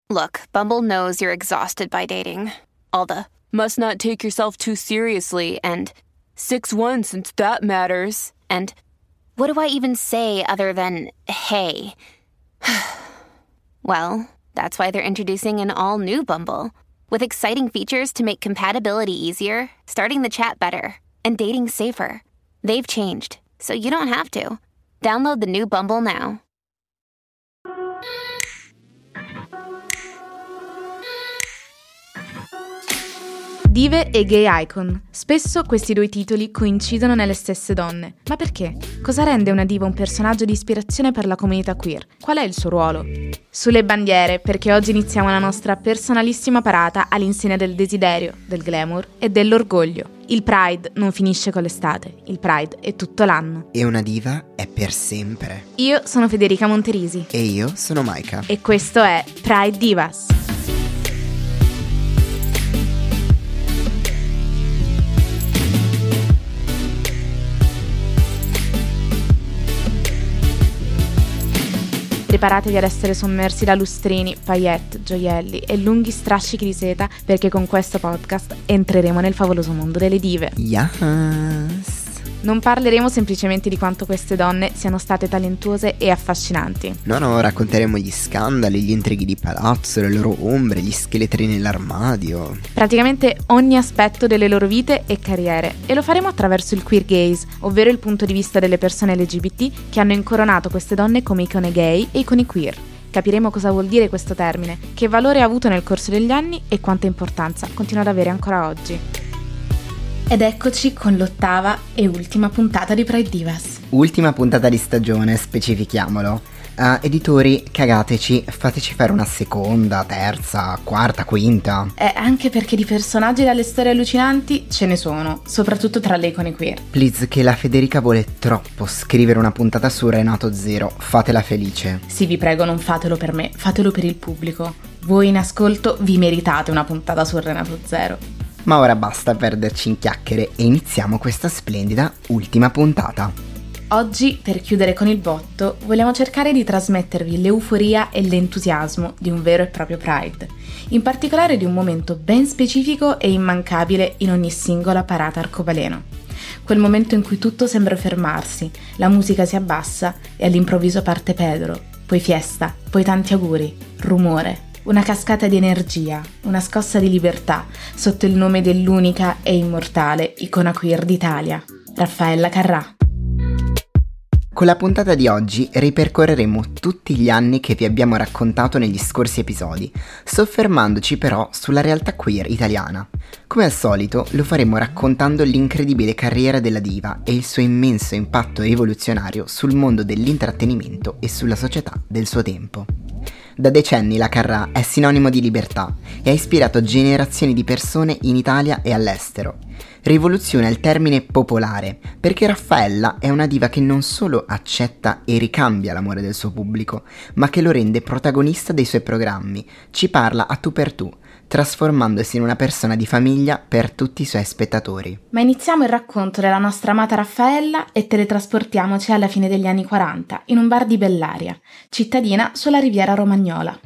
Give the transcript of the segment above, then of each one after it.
Look, Bumble knows you're exhausted by dating. All the must not take yourself too seriously and 6'1" since that matters. And what do I even say other than hey? Well, that's why they're introducing an all-new Bumble with exciting features to make compatibility easier, starting the chat better, and dating safer. They've changed, so you don't have to. Download the new Bumble now. Dive e gay icon. Spesso questi due titoli coincidono nelle stesse donne. Ma perché? Cosa rende una diva un personaggio di ispirazione per la comunità queer? Qual è il suo ruolo? Sulle bandiere, perché oggi iniziamo la nostra personalissima parata all'insegna del desiderio, del glamour e dell'orgoglio. Il Pride non finisce con l'estate, il Pride è tutto l'anno. E una diva è per sempre. Io sono Federica Monterisi. E io sono Maika. E questo è Pride Divas. Preparatevi ad essere sommersi da lustrini, paillette, gioielli e lunghi strascichi di seta, perché con questo podcast entreremo nel favoloso mondo delle dive. Yes! Non parleremo semplicemente di quanto queste donne siano state talentuose e affascinanti. No, racconteremo gli scandali, gli intrighi di palazzo, le loro ombre, gli scheletri nell'armadio. Praticamente ogni aspetto delle loro vite e carriere. E lo faremo attraverso il queer gaze, ovvero il punto di vista delle persone LGBT che hanno incoronato queste donne come icone gay e icone queer. Capiremo cosa vuol dire questo termine, che valore ha avuto nel corso degli anni e quanta importanza continua ad avere ancora oggi. Ed eccoci con l'ottava e ultima puntata di Pride Divas. Ultima puntata di stagione, specifichiamolo. Editori, cagateci, fateci fare una seconda, terza, quarta, quinta. Anche perché di personaggi dalle storie allucinanti ce ne sono, soprattutto tra le icone queer. Please, che la Federica vuole troppo scrivere una puntata su Renato Zero, fatela felice. Sì, vi prego, non fatelo per me, fatelo per il pubblico. Voi in ascolto vi meritate una puntata su Renato Zero. Ma ora basta perderci in chiacchiere e iniziamo questa splendida ultima puntata. Oggi, per chiudere con il botto, vogliamo cercare di trasmettervi l'euforia e l'entusiasmo di un vero e proprio Pride, in particolare di un momento ben specifico e immancabile in ogni singola parata arcobaleno. Quel momento in cui tutto sembra fermarsi, la musica si abbassa e all'improvviso parte Pedro, poi fiesta, poi tanti auguri, rumore. Una cascata di energia, una scossa di libertà, sotto il nome dell'unica e immortale icona queer d'Italia, Raffaella Carrà. Con la puntata di oggi ripercorreremo tutti gli anni che vi abbiamo raccontato negli scorsi episodi, soffermandoci però sulla realtà queer italiana. Come al solito lo faremo raccontando l'incredibile carriera della diva e il suo immenso impatto rivoluzionario sul mondo dell'intrattenimento e sulla società del suo tempo. Da decenni la Carrà è sinonimo di libertà e ha ispirato generazioni di persone in Italia e all'estero. Rivoluzione è il termine popolare, perché Raffaella è una diva che non solo accetta e ricambia l'amore del suo pubblico, ma che lo rende protagonista dei suoi programmi, ci parla a tu per tu, trasformandosi in una persona di famiglia per tutti i suoi spettatori. Ma iniziamo il racconto della nostra amata Raffaella e teletrasportiamoci alla fine degli anni 40, in un bar di Bellaria, cittadina sulla riviera romagnola.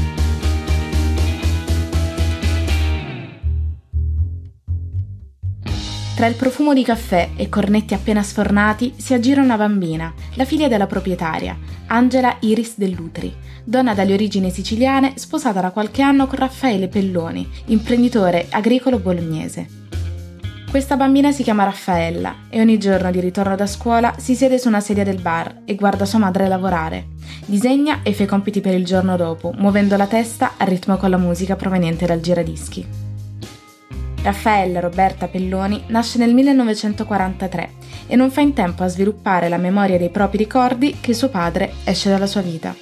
Tra il profumo di caffè e cornetti appena sfornati si aggira una bambina, la figlia della proprietaria, Angela Iris Dell'Utri, donna dalle origini siciliane sposata da qualche anno con Raffaele Pelloni, imprenditore agricolo bolognese. Questa bambina si chiama Raffaella e ogni giorno di ritorno da scuola si siede su una sedia del bar e guarda sua madre lavorare. Disegna e fa i compiti per il giorno dopo, muovendo la testa al ritmo con la musica proveniente dal giradischi. Raffaella Roberta Pelloni nasce nel 1943 e non fa in tempo a sviluppare la memoria dei propri ricordi che suo padre esce dalla sua vita.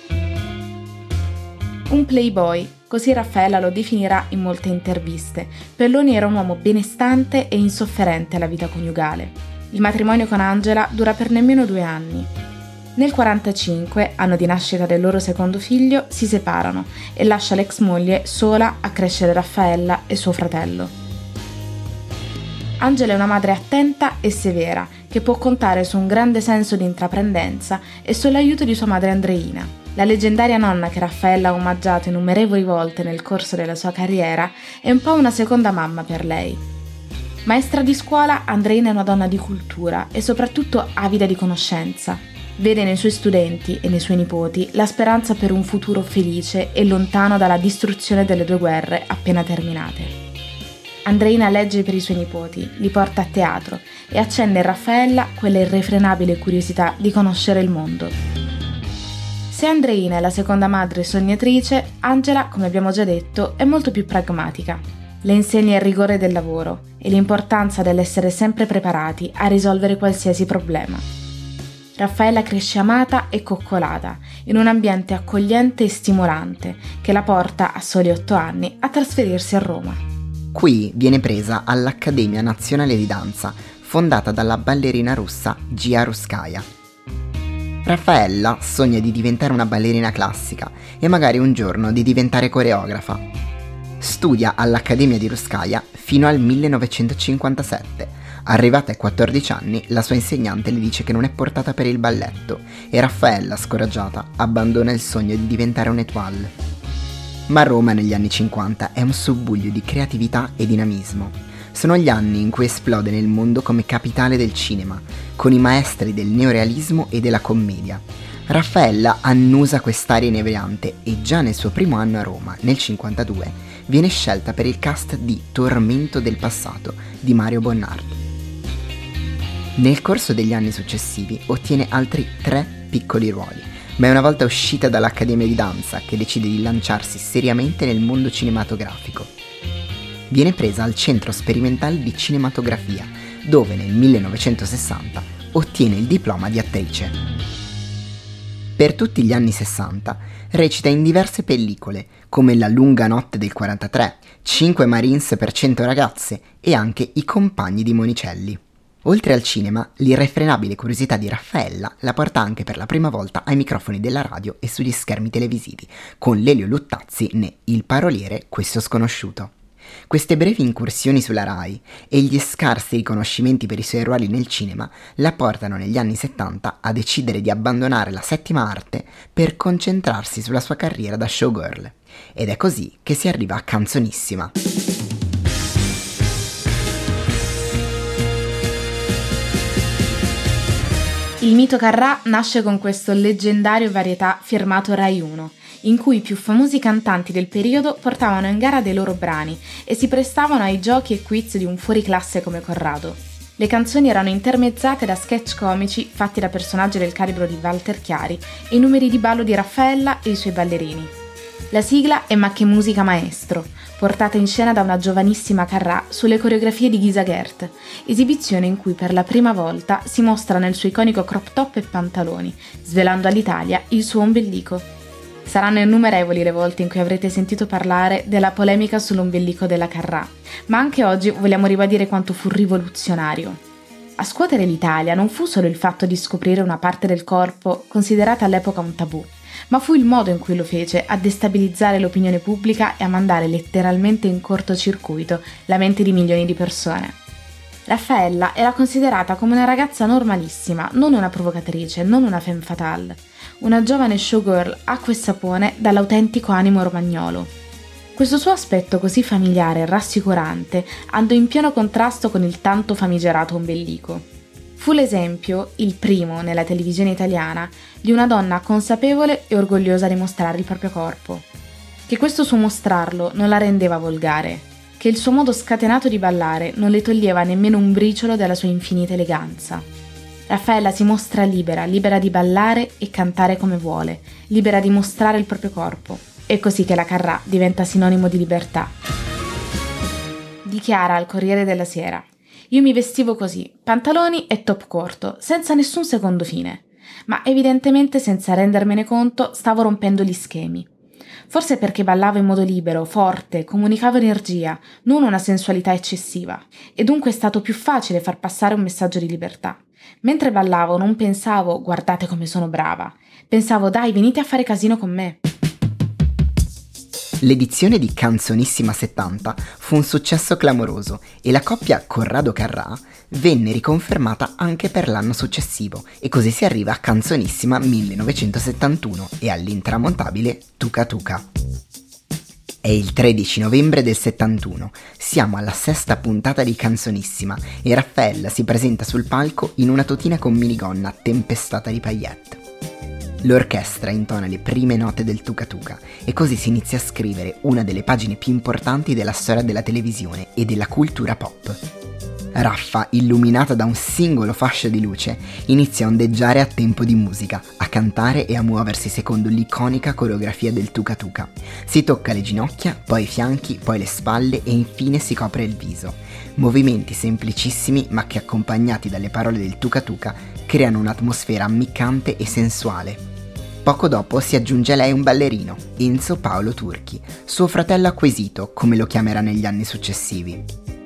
Un playboy, così Raffaella lo definirà in molte interviste, Pelloni era un uomo benestante e insofferente alla vita coniugale. Il matrimonio con Angela dura per nemmeno 2 anni. Nel 1945, anno di nascita del loro secondo figlio, si separano e lascia l'ex moglie sola a crescere Raffaella e suo fratello. Angela è una madre attenta e severa, che può contare su un grande senso di intraprendenza e sull'aiuto di sua madre Andreina. La leggendaria nonna che Raffaella ha omaggiato innumerevoli volte nel corso della sua carriera è un po' una seconda mamma per lei. Maestra di scuola, Andreina è una donna di cultura e soprattutto avida di conoscenza. Vede nei suoi studenti e nei suoi nipoti la speranza per un futuro felice e lontano dalla distruzione delle 2 guerre appena terminate. Andreina legge per i suoi nipoti, li porta a teatro e accende in Raffaella quella irrefrenabile curiosità di conoscere il mondo. Se Andreina è la seconda madre sognatrice, Angela, come abbiamo già detto, è molto più pragmatica. Le insegna il rigore del lavoro e l'importanza dell'essere sempre preparati a risolvere qualsiasi problema. Raffaella cresce amata e coccolata, in un ambiente accogliente e stimolante, che la porta, a soli 8 anni, a trasferirsi a Roma. Qui viene presa all'Accademia Nazionale di Danza, fondata dalla ballerina russa Gia Ruskaya. Raffaella sogna di diventare una ballerina classica e magari un giorno di diventare coreografa. Studia all'Accademia di Ruskaya fino al 1957. Arrivata ai 14 anni, la sua insegnante le dice che non è portata per il balletto e Raffaella, scoraggiata, abbandona il sogno di diventare un'étoile. Ma Roma negli anni 50 è un subbuglio di creatività e dinamismo. Sono gli anni in cui esplode nel mondo come capitale del cinema, con i maestri del neorealismo e della commedia. Raffaella annusa quest'aria inebriante e già nel suo primo anno a Roma, nel 52, viene scelta per il cast di Tormento del passato di Mario Bonnard. Nel corso degli anni successivi ottiene altri 3 piccoli ruoli, ma è una volta uscita dall'Accademia di Danza che decide di lanciarsi seriamente nel mondo cinematografico. Viene presa al Centro Sperimentale di Cinematografia, dove nel 1960 ottiene il diploma di attrice. Per tutti gli anni 60 recita in diverse pellicole, come La lunga notte del 43, 5 Marines per 100 ragazze e anche I compagni di Monicelli. Oltre al cinema, l'irrefrenabile curiosità di Raffaella la porta anche per la prima volta ai microfoni della radio e sugli schermi televisivi, con Lelio Luttazzi ne Il paroliere, questo sconosciuto. Queste brevi incursioni sulla Rai e gli scarsi riconoscimenti per i suoi ruoli nel cinema la portano negli anni 70 a decidere di abbandonare la 7ª arte per concentrarsi sulla sua carriera da showgirl. Ed è così che si arriva a Canzonissima. Il mito Carrà nasce con questo leggendario varietà firmato Rai 1, in cui i più famosi cantanti del periodo portavano in gara dei loro brani e si prestavano ai giochi e quiz di un fuoriclasse come Corrado. Le canzoni erano intermezzate da sketch comici fatti da personaggi del calibro di Walter Chiari e i numeri di ballo di Raffaella e i suoi ballerini. La sigla è Ma che musica maestro, portata in scena da una giovanissima Carrà sulle coreografie di Ghisa Gert, esibizione in cui per la prima volta si mostra nel suo iconico crop top e pantaloni, svelando all'Italia il suo ombelico. Saranno innumerevoli le volte in cui avrete sentito parlare della polemica sull'ombelico della Carrà, ma anche oggi vogliamo ribadire quanto fu rivoluzionario. A scuotere l'Italia non fu solo il fatto di scoprire una parte del corpo considerata all'epoca un tabù, ma fu il modo in cui lo fece a destabilizzare l'opinione pubblica e a mandare letteralmente in cortocircuito la mente di milioni di persone. Raffaella era considerata come una ragazza normalissima, non una provocatrice, non una femme fatale, una giovane showgirl acqua e sapone dall'autentico animo romagnolo. Questo suo aspetto così familiare e rassicurante andò in pieno contrasto con il tanto famigerato ombelico. Fu l'esempio, il primo nella televisione italiana, di una donna consapevole e orgogliosa di mostrare il proprio corpo. Che questo suo mostrarlo non la rendeva volgare, che il suo modo scatenato di ballare non le toglieva nemmeno un briciolo della sua infinita eleganza. Raffaella si mostra libera di ballare e cantare come vuole, libera di mostrare il proprio corpo. È così che la Carrà diventa sinonimo di libertà. Dichiara al Corriere della Sera: io mi vestivo così, pantaloni e top corto, senza nessun secondo fine. Ma evidentemente senza rendermene conto stavo rompendo gli schemi. Forse perché ballavo in modo libero, forte, comunicavo energia, non una sensualità eccessiva. E dunque è stato più facile far passare un messaggio di libertà. Mentre ballavo non pensavo guardate come sono brava. Pensavo dai venite a fare casino con me. L'edizione di Canzonissima 70 fu un successo clamoroso e la coppia Corrado-Carrà venne riconfermata anche per l'anno successivo e così si arriva a Canzonissima 1971 e all'intramontabile Tuca Tuca. È il 13 novembre del 71, siamo alla sesta puntata di Canzonissima e Raffaella si presenta sul palco in una tutina con minigonna tempestata di paillette. L'orchestra intona le prime note del Tuca Tuca e così si inizia a scrivere una delle pagine più importanti della storia della televisione e della cultura pop. Raffa, illuminata da un singolo fascio di luce, inizia a ondeggiare a tempo di musica, a cantare e a muoversi secondo l'iconica coreografia del Tuca Tuca. Si tocca le ginocchia, poi i fianchi, poi le spalle e infine si copre il viso. Movimenti semplicissimi ma che, accompagnati dalle parole del Tuca Tuca, creano un'atmosfera ammiccante e sensuale. Poco dopo si aggiunge a lei un ballerino, Enzo Paolo Turchi, suo fratello acquisito, come lo chiamerà negli anni successivi.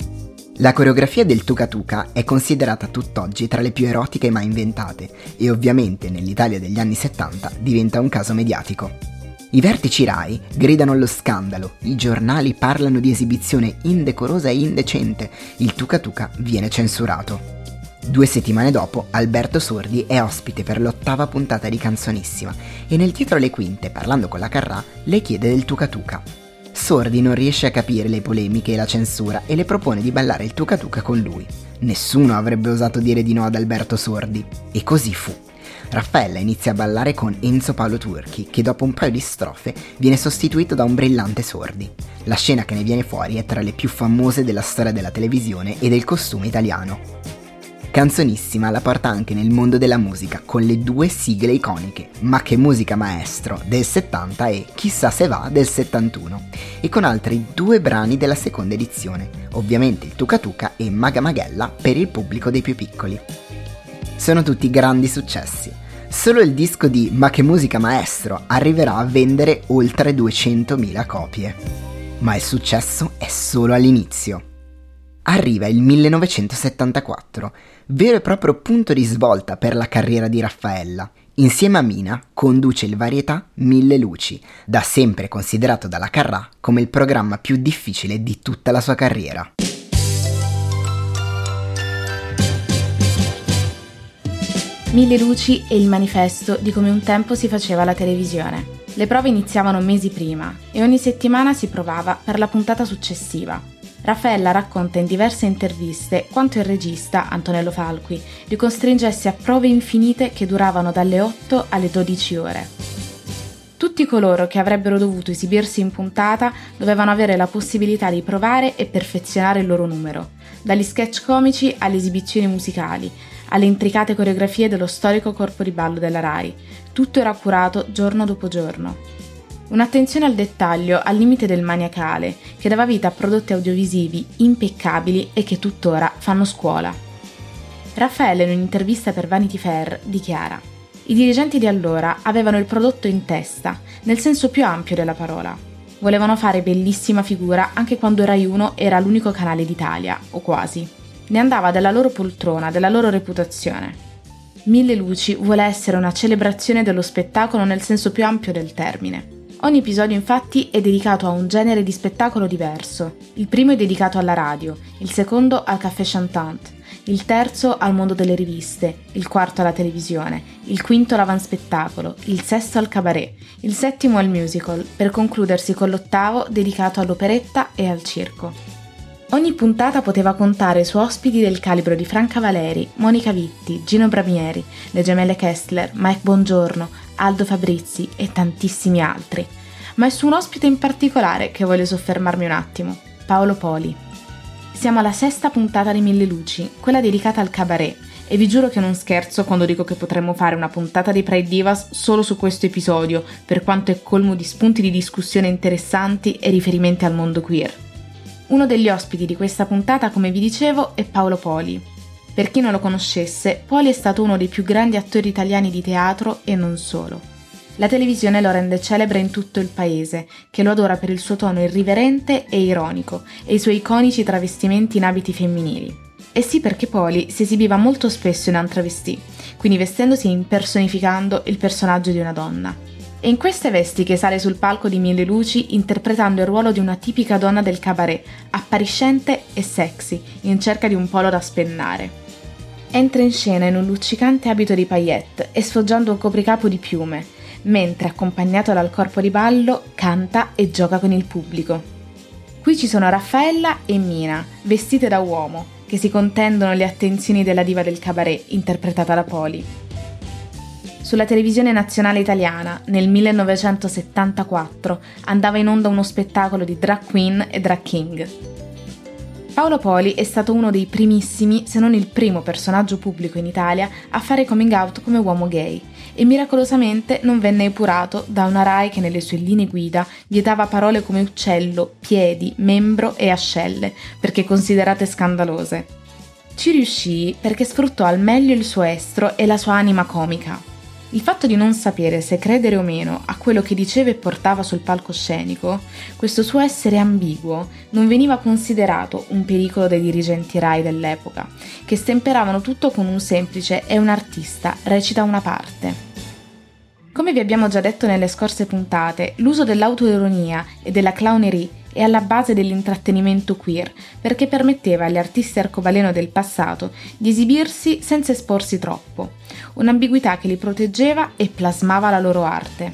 La coreografia del Tuca Tuca è considerata tutt'oggi tra le più erotiche mai inventate e ovviamente nell'Italia degli anni 70 diventa un caso mediatico. I vertici Rai gridano allo scandalo, i giornali parlano di esibizione indecorosa e indecente, il Tuca Tuca viene censurato. 2 settimane dopo, Alberto Sordi è ospite per l'8ª puntata di Canzonissima e nel dietro le quinte, parlando con la Carrà, le chiede del Tuca Tuca. Sordi non riesce a capire le polemiche e la censura e le propone di ballare il Tuca Tuca con lui. Nessuno avrebbe osato dire di no ad Alberto Sordi. E così fu. Raffaella inizia a ballare con Enzo Paolo Turchi, che dopo un paio di strofe viene sostituito da un brillante Sordi. La scena che ne viene fuori è tra le più famose della storia della televisione e del costume italiano. Canzonissima la porta anche nel mondo della musica con le 2 sigle iconiche, Ma che musica maestro del 70 e Chissà se va del 71, e con altri 2 brani della seconda edizione, ovviamente il Tuca Tuca e Maga Magella per il pubblico dei più piccoli. Sono tutti grandi successi. Solo il disco di Ma che musica maestro arriverà a vendere oltre 200.000 copie. Ma il successo è solo all'inizio. Arriva il 1974, vero e proprio punto di svolta per la carriera di Raffaella. Insieme a Mina conduce il varietà Mille Luci, da sempre considerato dalla Carrà come il programma più difficile di tutta la sua carriera. Mille Luci è il manifesto di come un tempo si faceva la televisione. Le prove iniziavano mesi prima e ogni settimana si provava per la puntata successiva. Raffaella racconta in diverse interviste quanto il regista, Antonello Falqui, li costringesse a prove infinite che duravano dalle 8 alle 12 ore. Tutti coloro che avrebbero dovuto esibirsi in puntata dovevano avere la possibilità di provare e perfezionare il loro numero, dagli sketch comici alle esibizioni musicali, alle intricate coreografie dello storico corpo di ballo della Rai. Tutto era curato giorno dopo giorno. Un'attenzione al dettaglio al limite del maniacale, che dava vita a prodotti audiovisivi impeccabili e che tuttora fanno scuola. Raffaella, in un'intervista per Vanity Fair, dichiara: «I dirigenti di allora avevano il prodotto in testa, nel senso più ampio della parola. Volevano fare bellissima figura anche quando Rai 1 era l'unico canale d'Italia, o quasi. Ne andava della loro poltrona, della loro reputazione. Mille Luci vuole essere una celebrazione dello spettacolo nel senso più ampio del termine. Ogni episodio infatti è dedicato a un genere di spettacolo diverso. Il primo è dedicato alla radio, il secondo al café chantant, il terzo al mondo delle riviste, il quarto alla televisione, il quinto all'avanspettacolo, il sesto al cabaret, il settimo al musical, per concludersi con l'8° dedicato all'operetta e al circo. Ogni puntata poteva contare su ospiti del calibro di Franca Valeri, Monica Vitti, Gino Bramieri, le gemelle Kessler, Mike Bongiorno, Aldo Fabrizi e tantissimi altri. Ma è su un ospite in particolare che voglio soffermarmi un attimo, Paolo Poli. Siamo alla 6ª puntata di Mille Luci, quella dedicata al cabaret, e vi giuro che non scherzo quando dico che potremmo fare una puntata dei Pride Divas solo su questo episodio, per quanto è colmo di spunti di discussione interessanti e riferimenti al mondo queer. Uno degli ospiti di questa puntata, come vi dicevo, è Paolo Poli. Per chi non lo conoscesse, Poli è stato uno dei più grandi attori italiani di teatro e non solo. La televisione lo rende celebre in tutto il paese, che lo adora per il suo tono irriverente e ironico e i suoi iconici travestimenti in abiti femminili. E sì, perché Poli si esibiva molto spesso in un travestì, quindi vestendosi e impersonificando il personaggio di una donna. È in queste vesti che sale sul palco di Mille Luci interpretando il ruolo di una tipica donna del cabaret, appariscente e sexy, in cerca di un polo da spennare. Entra in scena in un luccicante abito di paillette e sfoggiando un copricapo di piume, mentre, accompagnato dal corpo di ballo, canta e gioca con il pubblico. Qui ci sono Raffaella e Mina, vestite da uomo, che si contendono le attenzioni della diva del cabaret, interpretata da Poli. Sulla televisione nazionale italiana, nel 1974, andava in onda uno spettacolo di drag queen e drag king. Paolo Poli è stato uno dei primissimi, se non il primo personaggio pubblico in Italia a fare coming out come uomo gay e miracolosamente non venne epurato da una RAI che nelle sue linee guida vietava parole come uccello, piedi, membro e ascelle perché considerate scandalose. Ci riuscì perché sfruttò al meglio il suo estro e la sua anima comica. Il fatto di non sapere se credere o meno a quello che diceva e portava sul palcoscenico, questo suo essere ambiguo, non veniva considerato un pericolo dai dirigenti RAI dell'epoca, che stemperavano tutto con un semplice "è un artista, recita una parte". Come vi abbiamo già detto nelle scorse puntate, l'uso dell'autoironia e della clownerie è alla base dell'intrattenimento queer, perché permetteva agli artisti arcobaleno del passato di esibirsi senza esporsi troppo, un'ambiguità che li proteggeva e plasmava la loro arte.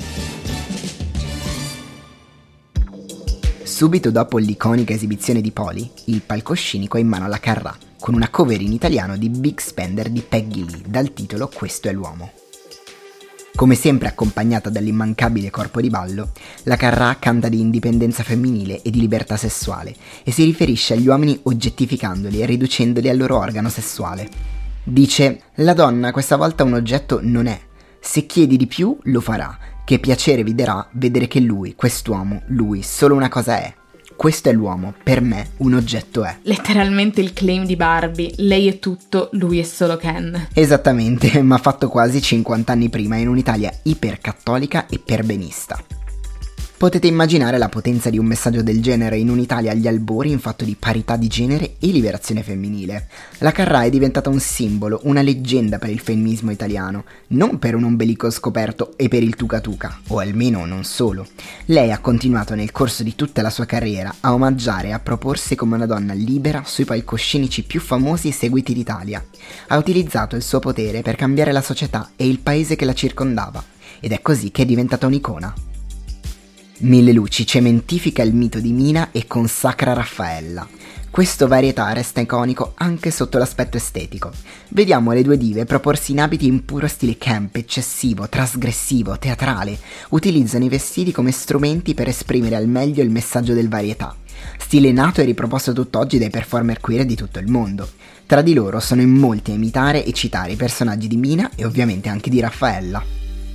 Subito dopo l'iconica esibizione di Poli, il palcoscenico è in mano alla Carrà, con una cover in italiano di Big Spender di Peggy Lee, dal titolo "Questo è l'uomo". Come sempre accompagnata dall'immancabile corpo di ballo, la Carrà canta di indipendenza femminile e di libertà sessuale e si riferisce agli uomini oggettificandoli e riducendoli al loro organo sessuale. Dice: "La donna questa volta un oggetto non è. Se chiedi di più, lo farà. Che piacere vi darà vedere che lui, quest'uomo, lui, solo una cosa è. Questo è l'uomo, per me un oggetto è". Letteralmente il claim di Barbie, lei è tutto, lui è solo Ken. Esattamente, ma fatto quasi 50 anni prima in un'Italia ipercattolica e perbenista. Potete immaginare la potenza di un messaggio del genere in un'Italia agli albori in fatto di parità di genere e liberazione femminile. La Carrà è diventata un simbolo, una leggenda per il femminismo italiano, non per un ombelico scoperto e per il tuca tuca, o almeno non solo. Lei ha continuato nel corso di tutta la sua carriera a omaggiare e a proporsi come una donna libera sui palcoscenici più famosi e seguiti d'Italia. Ha utilizzato il suo potere per cambiare la società e il paese che la circondava, ed è così che è diventata un'icona. Mille Luci cementifica il mito di Mina e consacra Raffaella. Questo varietà resta iconico anche sotto l'aspetto estetico. Vediamo le due dive proporsi in abiti in puro stile camp, eccessivo, trasgressivo, teatrale. Utilizzano i vestiti come strumenti per esprimere al meglio il messaggio del varietà. Stile nato e riproposto tutt'oggi dai performer queer di tutto il mondo. Tra di loro sono in molti a imitare e citare i personaggi di Mina e ovviamente anche di Raffaella.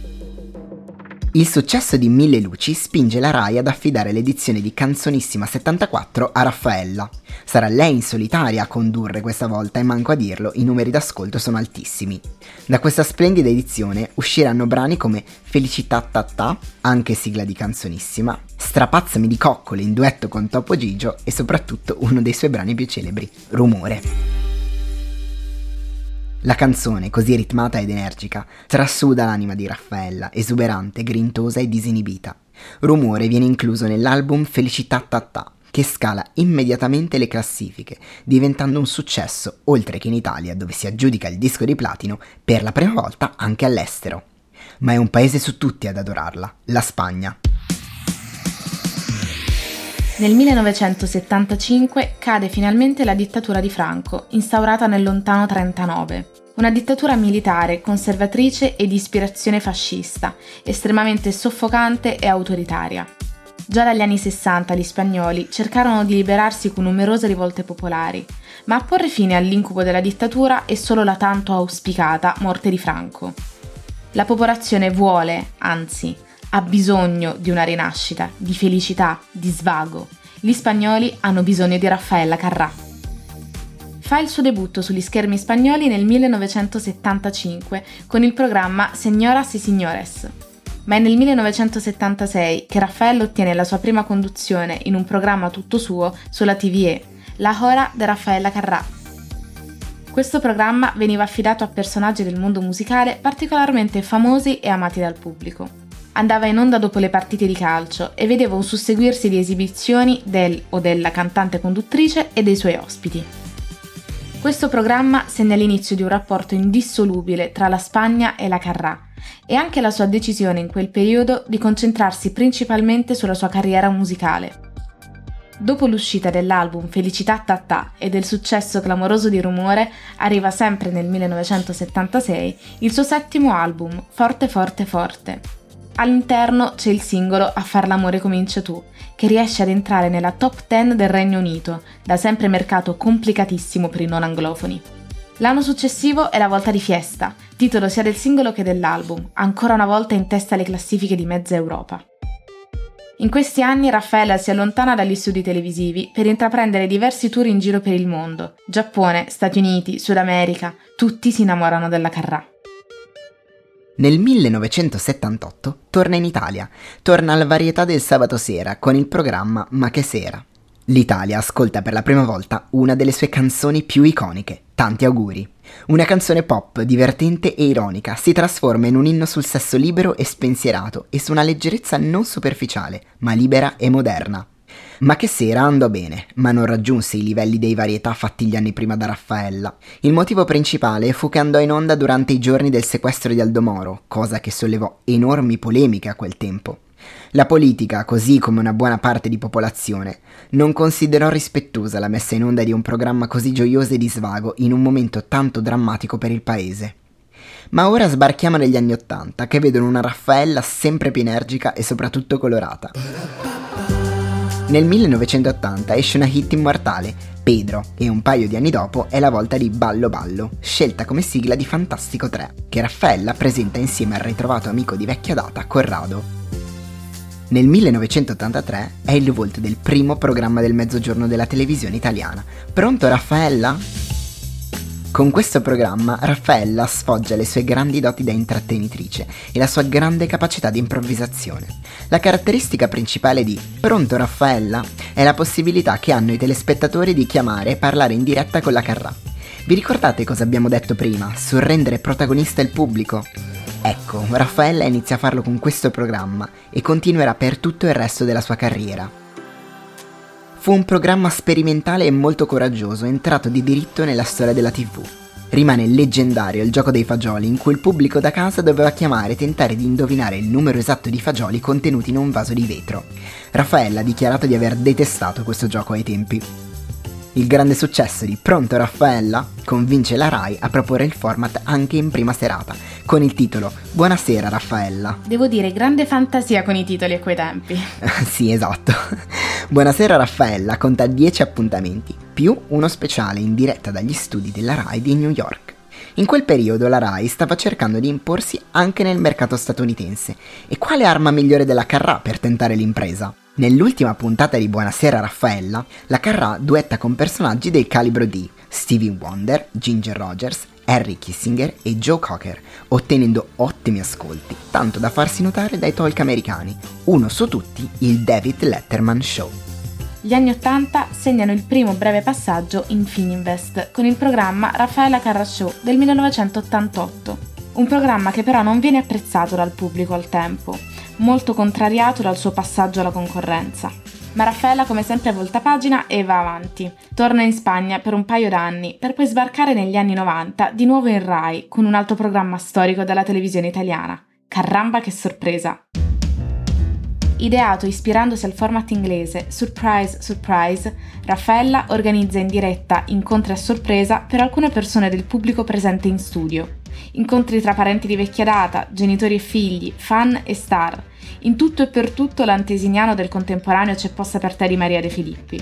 Il successo di Mille Luci spinge la RAI ad affidare l'edizione di Canzonissima 74 a Raffaella. Sarà lei in solitaria a condurre questa volta e manco a dirlo, i numeri d'ascolto sono altissimi. Da questa splendida edizione usciranno brani come Felicità Tatà, anche sigla di Canzonissima, Strapazzami di coccole in duetto con Topo Gigio e soprattutto uno dei suoi brani più celebri, Rumore. La canzone, così ritmata ed energica, trasuda l'anima di Raffaella, esuberante, grintosa e disinibita. Rumore viene incluso nell'album Felicità Tatà, che scala immediatamente le classifiche, diventando un successo, oltre che in Italia, dove si aggiudica il disco di platino, per la prima volta anche all'estero. Ma è un paese su tutti ad adorarla, la Spagna. Nel 1975 cade finalmente la dittatura di Franco, instaurata nel lontano 39. Una dittatura militare, conservatrice e di ispirazione fascista, estremamente soffocante e autoritaria. Già dagli anni 60 gli spagnoli cercarono di liberarsi con numerose rivolte popolari, ma a porre fine all'incubo della dittatura è solo la tanto auspicata morte di Franco. La popolazione vuole, anzi, ha bisogno di una rinascita, di felicità, di svago. Gli spagnoli hanno bisogno di Raffaella Carrà. Fa il suo debutto sugli schermi spagnoli nel 1975 con il programma Señoras y Señores. Ma è nel 1976 che Raffaella ottiene la sua prima conduzione in un programma tutto suo sulla TVE, La Hora de Raffaella Carrà. Questo programma veniva affidato a personaggi del mondo musicale particolarmente famosi e amati dal pubblico. Andava in onda dopo le partite di calcio e vedeva un susseguirsi di esibizioni del o della cantante conduttrice e dei suoi ospiti. Questo programma segna l'inizio di un rapporto indissolubile tra la Spagna e la Carrà e anche la sua decisione in quel periodo di concentrarsi principalmente sulla sua carriera musicale. Dopo l'uscita dell'album Felicità Ta-Ta e del successo clamoroso di Rumore, arriva sempre nel 1976 il suo settimo album, Forte Forte Forte. All'interno c'è il singolo A far l'amore comincia tu, che riesce ad entrare nella top 10 del Regno Unito, da sempre mercato complicatissimo per i non anglofoni. L'anno successivo è la volta di Fiesta, titolo sia del singolo che dell'album, ancora una volta in testa alle classifiche di mezza Europa. In questi anni Raffaella si allontana dagli studi televisivi per intraprendere diversi tour in giro per il mondo. Giappone, Stati Uniti, Sud America, tutti si innamorano della Carrà. Nel 1978 torna in Italia, torna alla varietà del sabato sera con il programma Ma che sera. L'Italia ascolta per la prima volta una delle sue canzoni più iconiche, Tanti auguri. Una canzone pop, divertente e ironica, si trasforma in un inno sul sesso libero e spensierato e su una leggerezza non superficiale, ma libera e moderna. Ma che sera andò bene, ma non raggiunse i livelli dei varietà fatti gli anni prima da Raffaella. Il motivo principale fu che andò in onda durante i giorni del sequestro di Aldo Moro, cosa che sollevò enormi polemiche a quel tempo. La politica, così come una buona parte di popolazione, non considerò rispettosa la messa in onda di un programma così gioioso e di svago in un momento tanto drammatico per il paese. Ma ora sbarchiamo negli anni '80, che vedono una Raffaella sempre più energica e soprattutto colorata. Nel 1980 esce una hit immortale, Pedro, e un paio di anni dopo è la volta di Ballo Ballo, scelta come sigla di Fantastico 3, che Raffaella presenta insieme al ritrovato amico di vecchia data, Corrado. Nel 1983 è il volto del primo programma del mezzogiorno della televisione italiana. Pronto Raffaella? Con questo programma Raffaella sfoggia le sue grandi doti da intrattenitrice e la sua grande capacità di improvvisazione. La caratteristica principale di Pronto Raffaella è la possibilità che hanno i telespettatori di chiamare e parlare in diretta con la Carrà. Vi ricordate cosa abbiamo detto prima sul rendere protagonista il pubblico? Ecco, Raffaella inizia a farlo con questo programma e continuerà per tutto il resto della sua carriera. Fu un programma sperimentale e molto coraggioso, entrato di diritto nella storia della TV. Rimane leggendario il gioco dei fagioli, in cui il pubblico da casa doveva chiamare e tentare di indovinare il numero esatto di fagioli contenuti in un vaso di vetro. Raffaella ha dichiarato di aver detestato questo gioco ai tempi. Il grande successo di Pronto Raffaella convince la Rai a proporre il format anche in prima serata, con il titolo Buonasera Raffaella. Devo dire, grande fantasia con i titoli a quei tempi. Sì, esatto. Buonasera Raffaella conta 10 appuntamenti, più uno speciale in diretta dagli studi della Rai di New York. In quel periodo la Rai stava cercando di imporsi anche nel mercato statunitense, e quale arma migliore della Carrà per tentare l'impresa? Nell'ultima puntata di Buonasera Raffaella, la Carrà duetta con personaggi del calibro di Stevie Wonder, Ginger Rogers, Henry Kissinger e Joe Cocker, ottenendo ottimi ascolti, tanto da farsi notare dai talk americani, uno su tutti il David Letterman Show. Gli anni '80 segnano il primo breve passaggio in Fininvest con il programma Raffaella Carrà Show del 1988, un programma che però non viene apprezzato dal pubblico al tempo, molto contrariato dal suo passaggio alla concorrenza. Ma Raffaella come sempre volta pagina e va avanti. Torna in Spagna per un paio d'anni, per poi sbarcare negli anni '90 di nuovo in Rai con un altro programma storico della televisione italiana, Carramba che sorpresa! Ideato ispirandosi al format inglese Surprise Surprise, Raffaella organizza in diretta incontri a sorpresa per alcune persone del pubblico presente in studio. Incontri tra parenti di vecchia data, genitori e figli, fan e star. In tutto e per tutto l'antesignano del contemporaneo c'è posta per te di Maria De Filippi.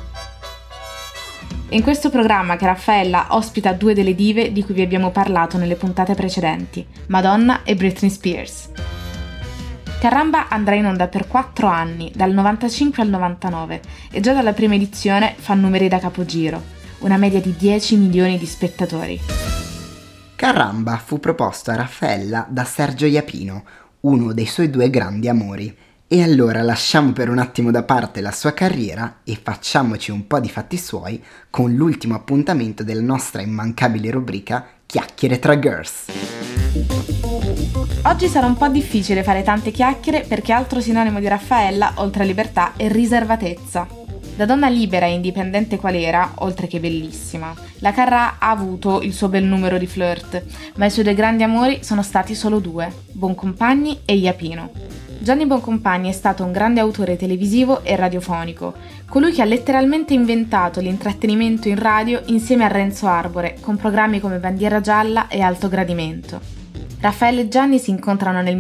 È in questo programma che Raffaella ospita due delle dive di cui vi abbiamo parlato nelle puntate precedenti, Madonna e Britney Spears. Carramba andrà in onda per 4 anni, dal 95 al 99, e già dalla prima edizione fa numeri da capogiro, una media di 10 milioni di spettatori. Carramba fu proposto a Raffaella da Sergio Iapino, uno dei suoi 2 grandi amori. E allora lasciamo per un attimo da parte la sua carriera e facciamoci un po' di fatti suoi con l'ultimo appuntamento della nostra immancabile rubrica Chiacchiere tra Girls. Oggi sarà un po' difficile fare tante chiacchiere perché altro sinonimo di Raffaella, oltre a libertà, è riservatezza. Da donna libera e indipendente qual era, oltre che bellissima, la Carrà ha avuto il suo bel numero di flirt, ma i suoi 2 grandi amori sono stati solo 2, Boncompagni e Japino. Gianni Boncompagni è stato un grande autore televisivo e radiofonico, colui che ha letteralmente inventato l'intrattenimento in radio insieme a Renzo Arbore, con programmi come Bandiera Gialla e Alto Gradimento. Raffaella e Gianni si incontrano nel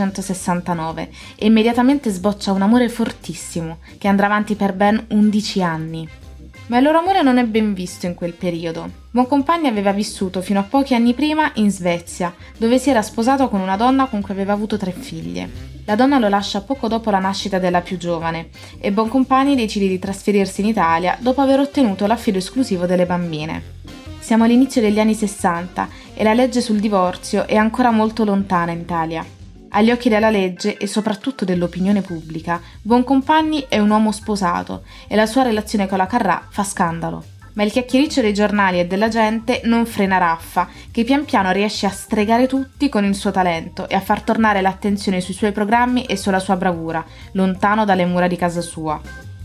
1969 e immediatamente sboccia un amore fortissimo, che andrà avanti per ben 11 anni. Ma il loro amore non è ben visto in quel periodo. Boncompagni aveva vissuto fino a pochi anni prima in Svezia, dove si era sposato con una donna con cui aveva avuto 3 figlie. La donna lo lascia poco dopo la nascita della più giovane e Boncompagni decide di trasferirsi in Italia dopo aver ottenuto l'affido esclusivo delle bambine. Siamo all'inizio degli anni 60 e la legge sul divorzio è ancora molto lontana in Italia. Agli occhi della legge e soprattutto dell'opinione pubblica, Boncompagni è un uomo sposato e la sua relazione con la Carrà fa scandalo. Ma il chiacchiericcio dei giornali e della gente non frena Raffa, che pian piano riesce a stregare tutti con il suo talento e a far tornare l'attenzione sui suoi programmi e sulla sua bravura, lontano dalle mura di casa sua.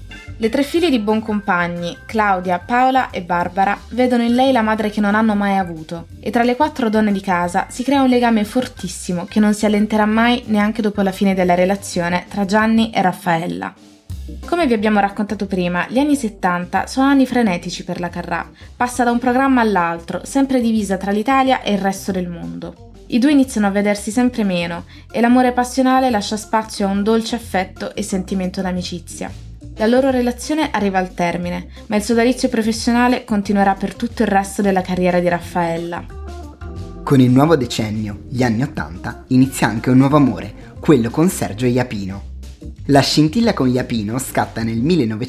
Le 3 figlie di Boncompagni, Claudia, Paola e Barbara, vedono in lei la madre che non hanno mai avuto e tra le 4 donne di casa si crea un legame fortissimo che non si allenterà mai neanche dopo la fine della relazione tra Gianni e Raffaella. Come vi abbiamo raccontato prima, gli anni 70 sono anni frenetici per la Carrà, passa da un programma all'altro, sempre divisa tra l'Italia e il resto del mondo. I 2 iniziano a vedersi sempre meno e l'amore passionale lascia spazio a un dolce affetto e sentimento d'amicizia. La loro relazione arriva al termine, ma il sodalizio professionale continuerà per tutto il resto della carriera di Raffaella. Con il nuovo decennio, gli anni 80, inizia anche un nuovo amore, quello con Sergio Japino. La scintilla con Japino scatta nel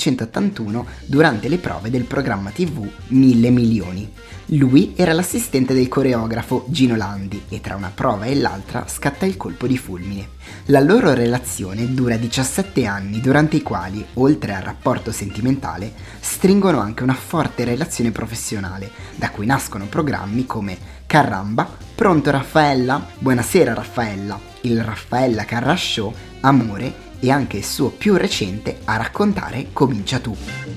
1981 durante le prove del programma TV 1000 milioni. Lui era l'assistente del coreografo Gino Landi e tra una prova e l'altra scatta il colpo di fulmine. La loro relazione dura 17 anni, durante i quali, oltre al rapporto sentimentale, stringono anche una forte relazione professionale, da cui nascono programmi come Carramba, Pronto Raffaella, Buonasera Raffaella, il Raffaella Carrà Show, Amore e anche il suo più recente A raccontare Comincia tu.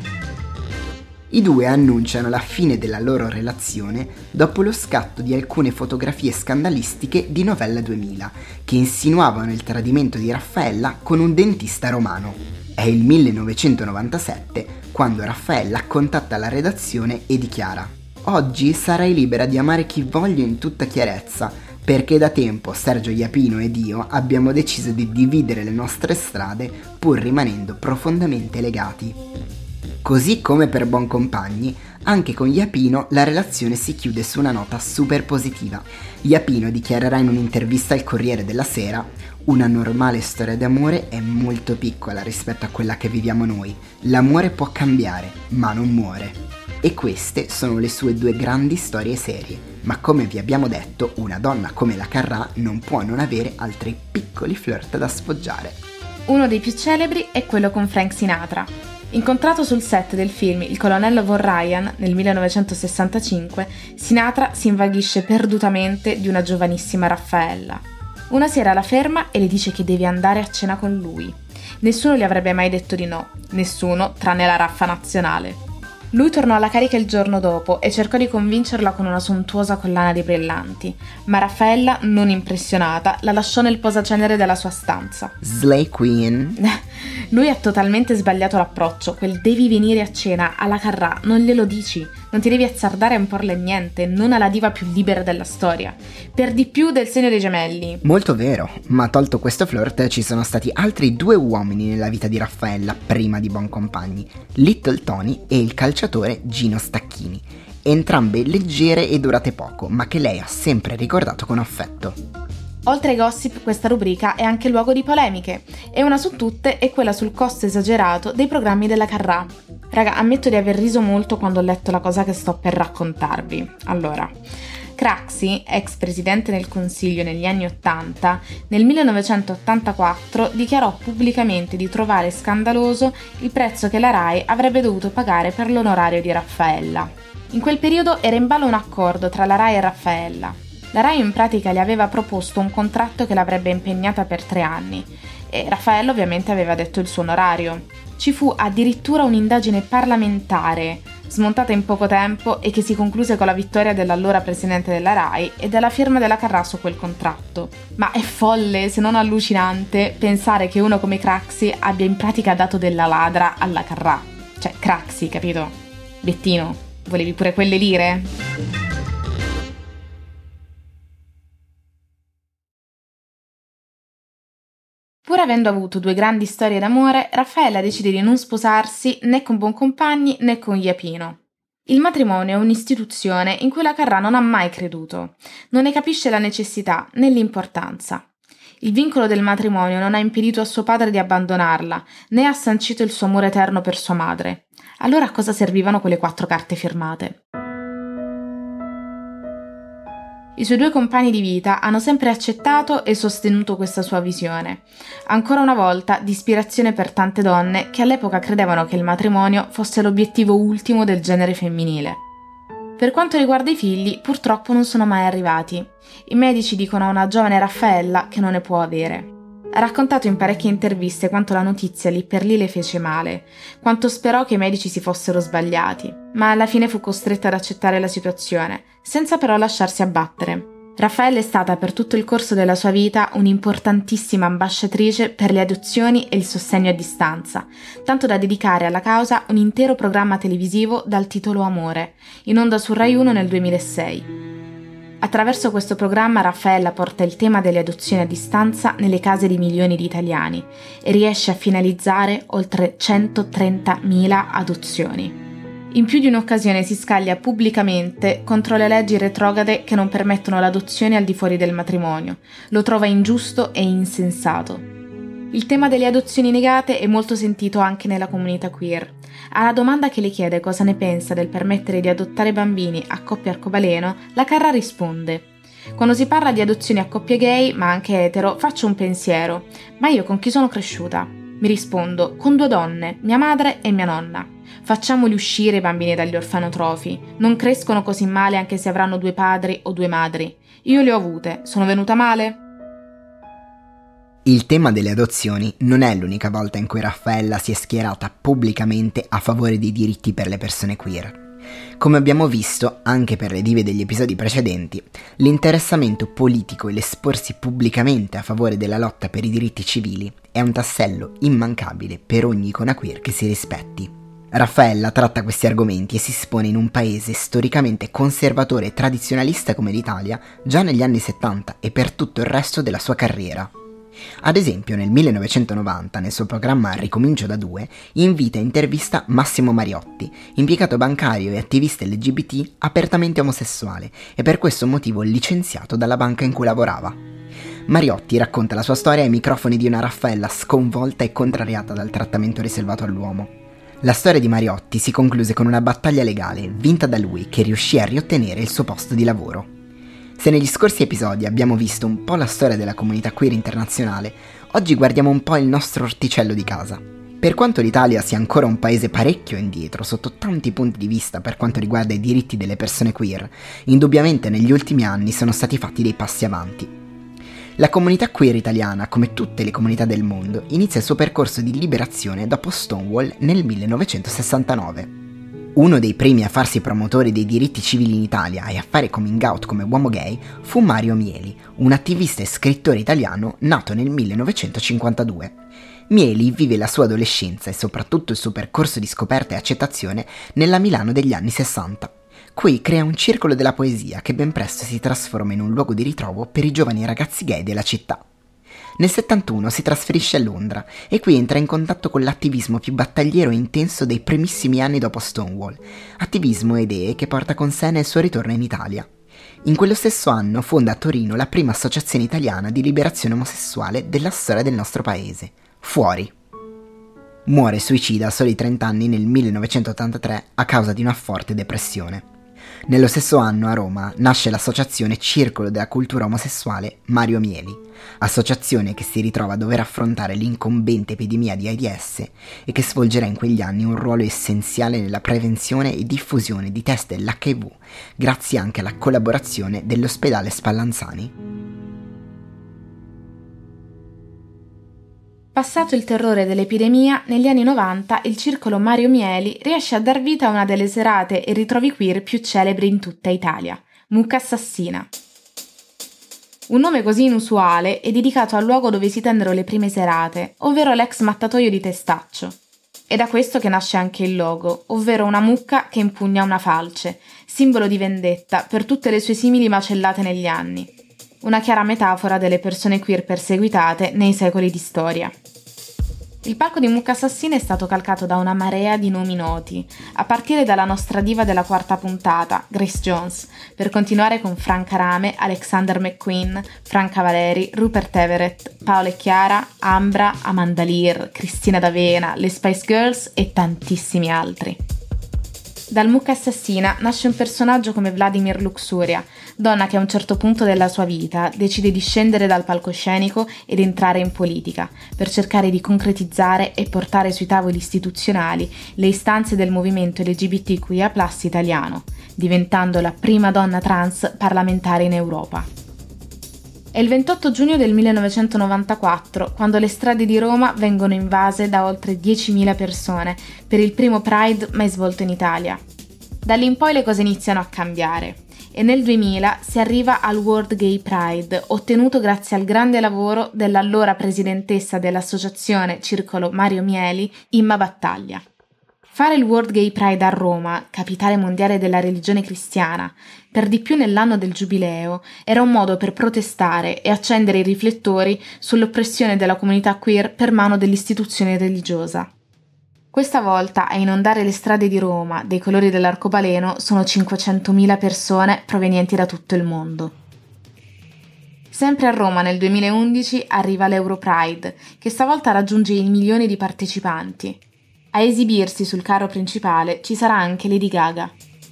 I 2 annunciano la fine della loro relazione dopo lo scatto di alcune fotografie scandalistiche di Novella 2000 che insinuavano il tradimento di Raffaella con un dentista romano. È il 1997 quando Raffaella contatta la redazione e dichiara: «Oggi sarai libera di amare chi voglio in tutta chiarezza, perché da tempo Sergio Japino ed io abbiamo deciso di dividere le nostre strade pur rimanendo profondamente legati». Così come per Boncompagni, anche con Japino la relazione si chiude su una nota super positiva. Japino dichiarerà in un'intervista al Corriere della Sera: «Una normale storia d'amore è molto piccola rispetto a quella che viviamo noi. L'amore può cambiare, ma non muore». E queste sono le sue 2 grandi storie serie. Ma come vi abbiamo detto, una donna come la Carrà non può non avere altri piccoli flirt da sfoggiare. Uno dei più celebri è quello con Frank Sinatra. Incontrato sul set del film Il colonnello Von Ryan nel 1965, Sinatra si invaghisce perdutamente di una giovanissima Raffaella. Una sera la ferma e le dice che deve andare a cena con lui. Nessuno gli avrebbe mai detto di no, nessuno tranne la Raffa nazionale. Lui tornò alla carica il giorno dopo e cercò di convincerla con una sontuosa collana di brillanti, ma Raffaella, non impressionata, la lasciò nel posacenere della sua stanza. Slay Queen. Lui ha totalmente sbagliato l'approccio, quel devi venire a cena alla Carrà, non glielo dici, non ti devi azzardare a imporle niente, non alla diva più libera della storia. Per di più del segno dei gemelli. Molto vero, ma tolto questo flirt ci sono stati altri 2 uomini nella vita di Raffaella prima di Boncompagni, Little Tony e il calciatore Gino Stacchini, entrambe leggere e durate poco, ma che lei ha sempre ricordato con affetto. Oltre ai gossip, questa rubrica è anche luogo di polemiche, e una su tutte è quella sul costo esagerato dei programmi della Carrà. Raga, ammetto di aver riso molto quando ho letto la cosa che sto per raccontarvi. Allora, Craxi, ex presidente del Consiglio negli anni 80, nel 1984 dichiarò pubblicamente di trovare scandaloso il prezzo che la Rai avrebbe dovuto pagare per l'onorario di Raffaella. In quel periodo era in ballo un accordo tra la Rai e Raffaella. La Rai in pratica le aveva proposto un contratto che l'avrebbe impegnata per 3 anni e Raffaella ovviamente aveva detto il suo onorario. Ci fu addirittura un'indagine parlamentare smontata in poco tempo e che si concluse con la vittoria dell'allora presidente della Rai e della firma della Carrà su quel contratto. Ma è folle, se non allucinante, pensare che uno come Craxi abbia in pratica dato della ladra alla Carrà. Cioè, Craxi, capito? Bettino, volevi pure quelle lire? Pur avendo avuto 2 grandi storie d'amore, Raffaella decide di non sposarsi né con Boncompagni né con Iapino. Il matrimonio è un'istituzione in cui la Carrà non ha mai creduto, non ne capisce la necessità né l'importanza. Il vincolo del matrimonio non ha impedito a suo padre di abbandonarla, né ha sancito il suo amore eterno per sua madre. Allora a cosa servivano quelle 4 carte firmate? I suoi 2 compagni di vita hanno sempre accettato e sostenuto questa sua visione, ancora una volta di ispirazione per tante donne che all'epoca credevano che il matrimonio fosse l'obiettivo ultimo del genere femminile. Per quanto riguarda i figli, purtroppo non sono mai arrivati. I medici dicono a una giovane Raffaella che non ne può avere. Ha raccontato in parecchie interviste quanto la notizia lì per lì le fece male, quanto sperò che i medici si fossero sbagliati, ma alla fine fu costretta ad accettare la situazione, senza però lasciarsi abbattere. Raffaella è stata per tutto il corso della sua vita un'importantissima ambasciatrice per le adozioni e il sostegno a distanza, tanto da dedicare alla causa un intero programma televisivo dal titolo Amore, in onda su Rai 1 nel 2006. Attraverso questo programma Raffaella porta il tema delle adozioni a distanza nelle case di milioni di italiani e riesce a finalizzare oltre 130.000 adozioni. In più di un'occasione si scaglia pubblicamente contro le leggi retrograde che non permettono l'adozione al di fuori del matrimonio. Lo trova ingiusto e insensato. Il tema delle adozioni negate è molto sentito anche nella comunità queer. Alla domanda che le chiede cosa ne pensa del permettere di adottare bambini a coppie arcobaleno, la Carrà risponde: quando si parla di adozioni a coppie gay, ma anche etero, faccio un pensiero. Ma io con chi sono cresciuta? Mi rispondo: con 2 donne, mia madre e mia nonna. Facciamoli uscire i bambini dagli orfanotrofi. Non crescono così male anche se avranno 2 padri o 2 madri. Io le ho avute. Sono venuta male? Il tema delle adozioni non è l'unica volta in cui Raffaella si è schierata pubblicamente a favore dei diritti per le persone queer. Come abbiamo visto anche per le dive degli episodi precedenti, l'interessamento politico e l'esporsi pubblicamente a favore della lotta per i diritti civili è un tassello immancabile per ogni icona queer che si rispetti. Raffaella tratta questi argomenti e si espone in un paese storicamente conservatore e tradizionalista come l'Italia già negli anni 70 e per tutto il resto della sua carriera. Ad esempio, nel 1990, nel suo programma Ricomincio da 2, invita e intervista Massimo Mariotti, impiegato bancario e attivista LGBT apertamente omosessuale e per questo motivo licenziato dalla banca in cui lavorava. Mariotti racconta la sua storia ai microfoni di una Raffaella sconvolta e contrariata dal trattamento riservato all'uomo. La storia di Mariotti si concluse con una battaglia legale vinta da lui che riuscì a riottenere il suo posto di lavoro. Se negli scorsi episodi abbiamo visto un po' la storia della comunità queer internazionale, oggi guardiamo un po' il nostro orticello di casa. Per quanto l'Italia sia ancora un paese parecchio indietro sotto tanti punti di vista per quanto riguarda i diritti delle persone queer, indubbiamente negli ultimi anni sono stati fatti dei passi avanti. La comunità queer italiana, come tutte le comunità del mondo, inizia il suo percorso di liberazione dopo Stonewall nel 1969. Uno dei primi a farsi promotore dei diritti civili in Italia e a fare coming out come uomo gay fu Mario Mieli, un attivista e scrittore italiano nato nel 1952. Mieli vive la sua adolescenza e soprattutto il suo percorso di scoperta e accettazione nella Milano degli anni 60. Qui crea un circolo della poesia che ben presto si trasforma in un luogo di ritrovo per i giovani ragazzi gay della città. Nel 71 si trasferisce a Londra e qui entra in contatto con l'attivismo più battagliero e intenso dei primissimi anni dopo Stonewall, attivismo e idee che porta con sé nel suo ritorno in Italia. In quello stesso anno fonda a Torino la prima associazione italiana di liberazione omosessuale della storia del nostro paese, Fuori. Muore suicida a soli 30 anni nel 1983 a causa di una forte depressione. Nello stesso anno a Roma nasce l'associazione Circolo della Cultura Omosessuale Mario Mieli, associazione che si ritrova a dover affrontare l'incombente epidemia di AIDS e che svolgerà in quegli anni un ruolo essenziale nella prevenzione e diffusione di test dell'HIV, grazie anche alla collaborazione dell'ospedale Spallanzani. Passato il terrore dell'epidemia, negli anni 90 il circolo Mario Mieli riesce a dar vita a una delle serate e ritrovi queer più celebri in tutta Italia, Mucca Assassina. Un nome così inusuale è dedicato al luogo dove si tennero le prime serate, ovvero l'ex mattatoio di Testaccio. È da questo che nasce anche il logo, ovvero una mucca che impugna una falce, simbolo di vendetta per tutte le sue simili macellate negli anni. Una chiara metafora delle persone queer perseguitate nei secoli di storia. Il palco di Mucca Assassina è stato calcato da una marea di nomi noti, a partire dalla nostra diva della quarta puntata, Grace Jones, per continuare con Franca Rame, Alexander McQueen, Franca Valeri, Rupert Everett, Paola e Chiara, Ambra, Amanda Lear, Cristina D'Avena, le Spice Girls e tantissimi altri. Dal Mucca Assassina nasce un personaggio come Vladimir Luxuria, donna che a un certo punto della sua vita decide di scendere dal palcoscenico ed entrare in politica, per cercare di concretizzare e portare sui tavoli istituzionali le istanze del movimento LGBTQIA+ italiano, diventando la prima donna trans parlamentare in Europa. È il 28 giugno del 1994, quando le strade di Roma vengono invase da oltre 10.000 persone per il primo Pride mai svolto in Italia. Da lì in poi le cose iniziano a cambiare e nel 2000 si arriva al World Gay Pride, ottenuto grazie al grande lavoro dell'allora presidentessa dell'associazione Circolo Mario Mieli, Imma Battaglia. Fare il World Gay Pride a Roma, capitale mondiale della religione cristiana, per di più nell'anno del giubileo, era un modo per protestare e accendere i riflettori sull'oppressione della comunità queer per mano dell'istituzione religiosa. Questa volta a inondare le strade di Roma dei colori dell'arcobaleno sono 500.000 persone provenienti da tutto il mondo. Sempre a Roma nel 2011 arriva l'Europride, che stavolta raggiunge i milioni di partecipanti. A esibirsi sul carro principale ci sarà anche Lady Gaga.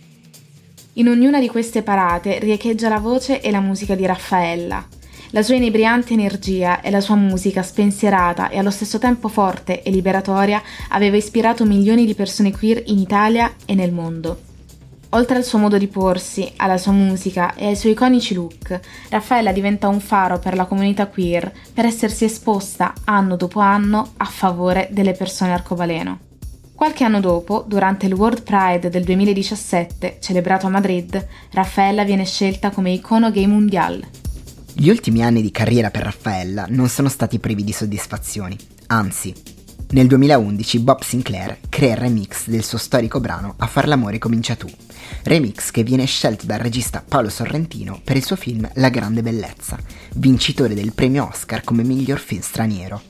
In ognuna di queste parate riecheggia la voce e la musica di Raffaella. La sua inebriante energia e la sua musica spensierata e allo stesso tempo forte e liberatoria aveva ispirato milioni di persone queer in Italia e nel mondo. Oltre al suo modo di porsi, alla sua musica e ai suoi iconici look, Raffaella diventa un faro per la comunità queer per essersi esposta anno dopo anno a favore delle persone arcobaleno. Qualche anno dopo, durante il World Pride del 2017, celebrato a Madrid, Raffaella viene scelta come icono gay mondiale. Gli ultimi anni di carriera per Raffaella non sono stati privi di soddisfazioni, anzi. Nel 2011 Bob Sinclair crea il remix del suo storico brano A far l'amore comincia tu, remix che viene scelto dal regista Paolo Sorrentino per il suo film La grande bellezza, vincitore del premio Oscar come miglior film straniero.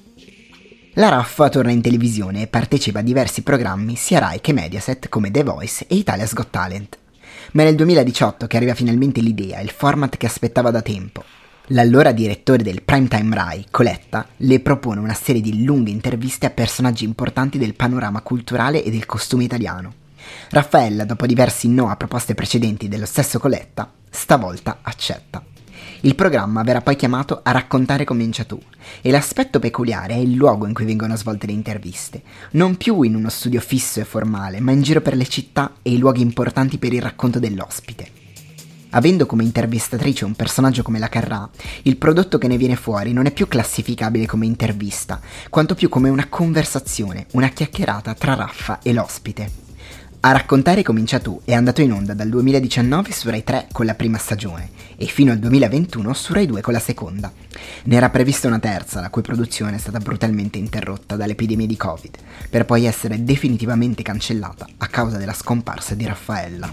La Raffa torna in televisione e partecipa a diversi programmi sia Rai che Mediaset come The Voice e Italia's Got Talent. Ma è nel 2018 che arriva finalmente l'idea, il format che aspettava da tempo. L'allora direttore del Primetime Rai, Coletta, le propone una serie di lunghe interviste a personaggi importanti del panorama culturale e del costume italiano. Raffaella, dopo diversi no a proposte precedenti dello stesso Coletta, stavolta accetta. Il programma verrà poi chiamato A raccontare comincia tu, e l'aspetto peculiare è il luogo in cui vengono svolte le interviste, non più in uno studio fisso e formale, ma in giro per le città e i luoghi importanti per il racconto dell'ospite. Avendo come intervistatrice un personaggio come la Carrà, il prodotto che ne viene fuori non è più classificabile come intervista, quanto più come una conversazione, una chiacchierata tra Raffa e l'ospite. A raccontare comincia tu è andato in onda dal 2019 su Rai 3 con la prima stagione e fino al 2021 su Rai 2 con la seconda. Ne era prevista una terza, la cui produzione è stata brutalmente interrotta dall'epidemia di Covid, per poi essere definitivamente cancellata a causa della scomparsa di Raffaella.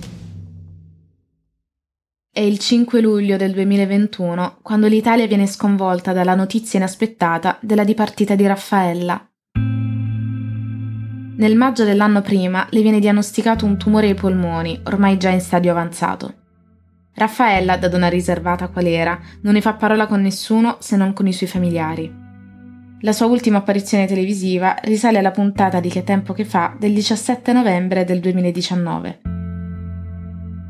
È il 5 luglio del 2021 quando l'Italia viene sconvolta dalla notizia inaspettata della dipartita di Raffaella. Nel maggio dell'anno prima le viene diagnosticato un tumore ai polmoni, ormai già in stadio avanzato. Raffaella, da donna riservata qual era, non ne fa parola con nessuno se non con i suoi familiari. La sua ultima apparizione televisiva risale alla puntata di Che tempo che fa del 17 novembre del 2019.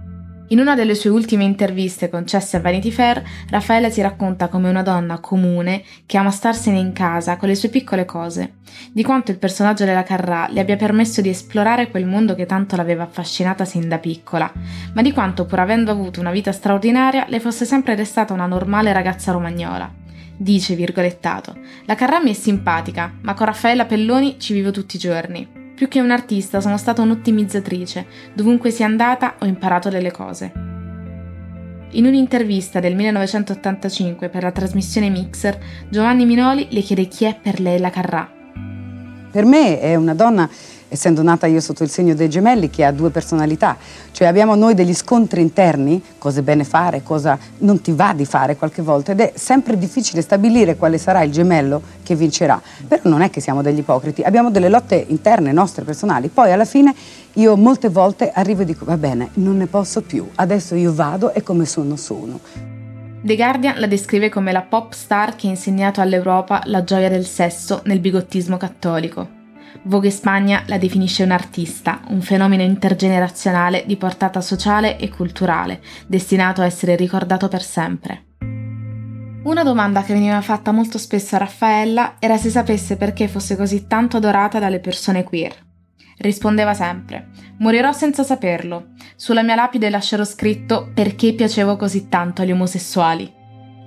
In una delle sue ultime interviste concesse a Vanity Fair, Raffaella si racconta come una donna comune che ama starsene in casa con le sue piccole cose, di quanto il personaggio della Carrà le abbia permesso di esplorare quel mondo che tanto l'aveva affascinata sin da piccola, ma di quanto, pur avendo avuto una vita straordinaria, le fosse sempre restata una normale ragazza romagnola. Dice, virgolettato, «La Carrà mi è simpatica, ma con Raffaella Pelloni ci vivo tutti i giorni. Più che un'artista sono stata un'ottimizzatrice, dovunque sia andata ho imparato delle cose». In un'intervista del 1985 per la trasmissione Mixer, Giovanni Minoli le chiede chi è per lei la Carrà. Per me è una donna, essendo nata io sotto il segno dei gemelli, che ha due personalità, cioè abbiamo noi degli scontri interni, cosa è bene fare, cosa non ti va di fare qualche volta, ed è sempre difficile stabilire quale sarà il gemello che vincerà, però non è che siamo degli ipocriti, abbiamo delle lotte interne nostre, personali, poi alla fine io molte volte arrivo e dico va bene, non ne posso più, adesso io vado e come sono. The Guardian la descrive come la pop star che ha insegnato all'Europa la gioia del sesso nel bigottismo cattolico. Vogue Spagna la definisce un'artista, un fenomeno intergenerazionale di portata sociale e culturale, destinato a essere ricordato per sempre. Una domanda che veniva fatta molto spesso a Raffaella era se sapesse perché fosse così tanto adorata dalle persone queer. Rispondeva sempre: morirò senza saperlo. Sulla mia lapide lascerò scritto perché piacevo così tanto agli omosessuali.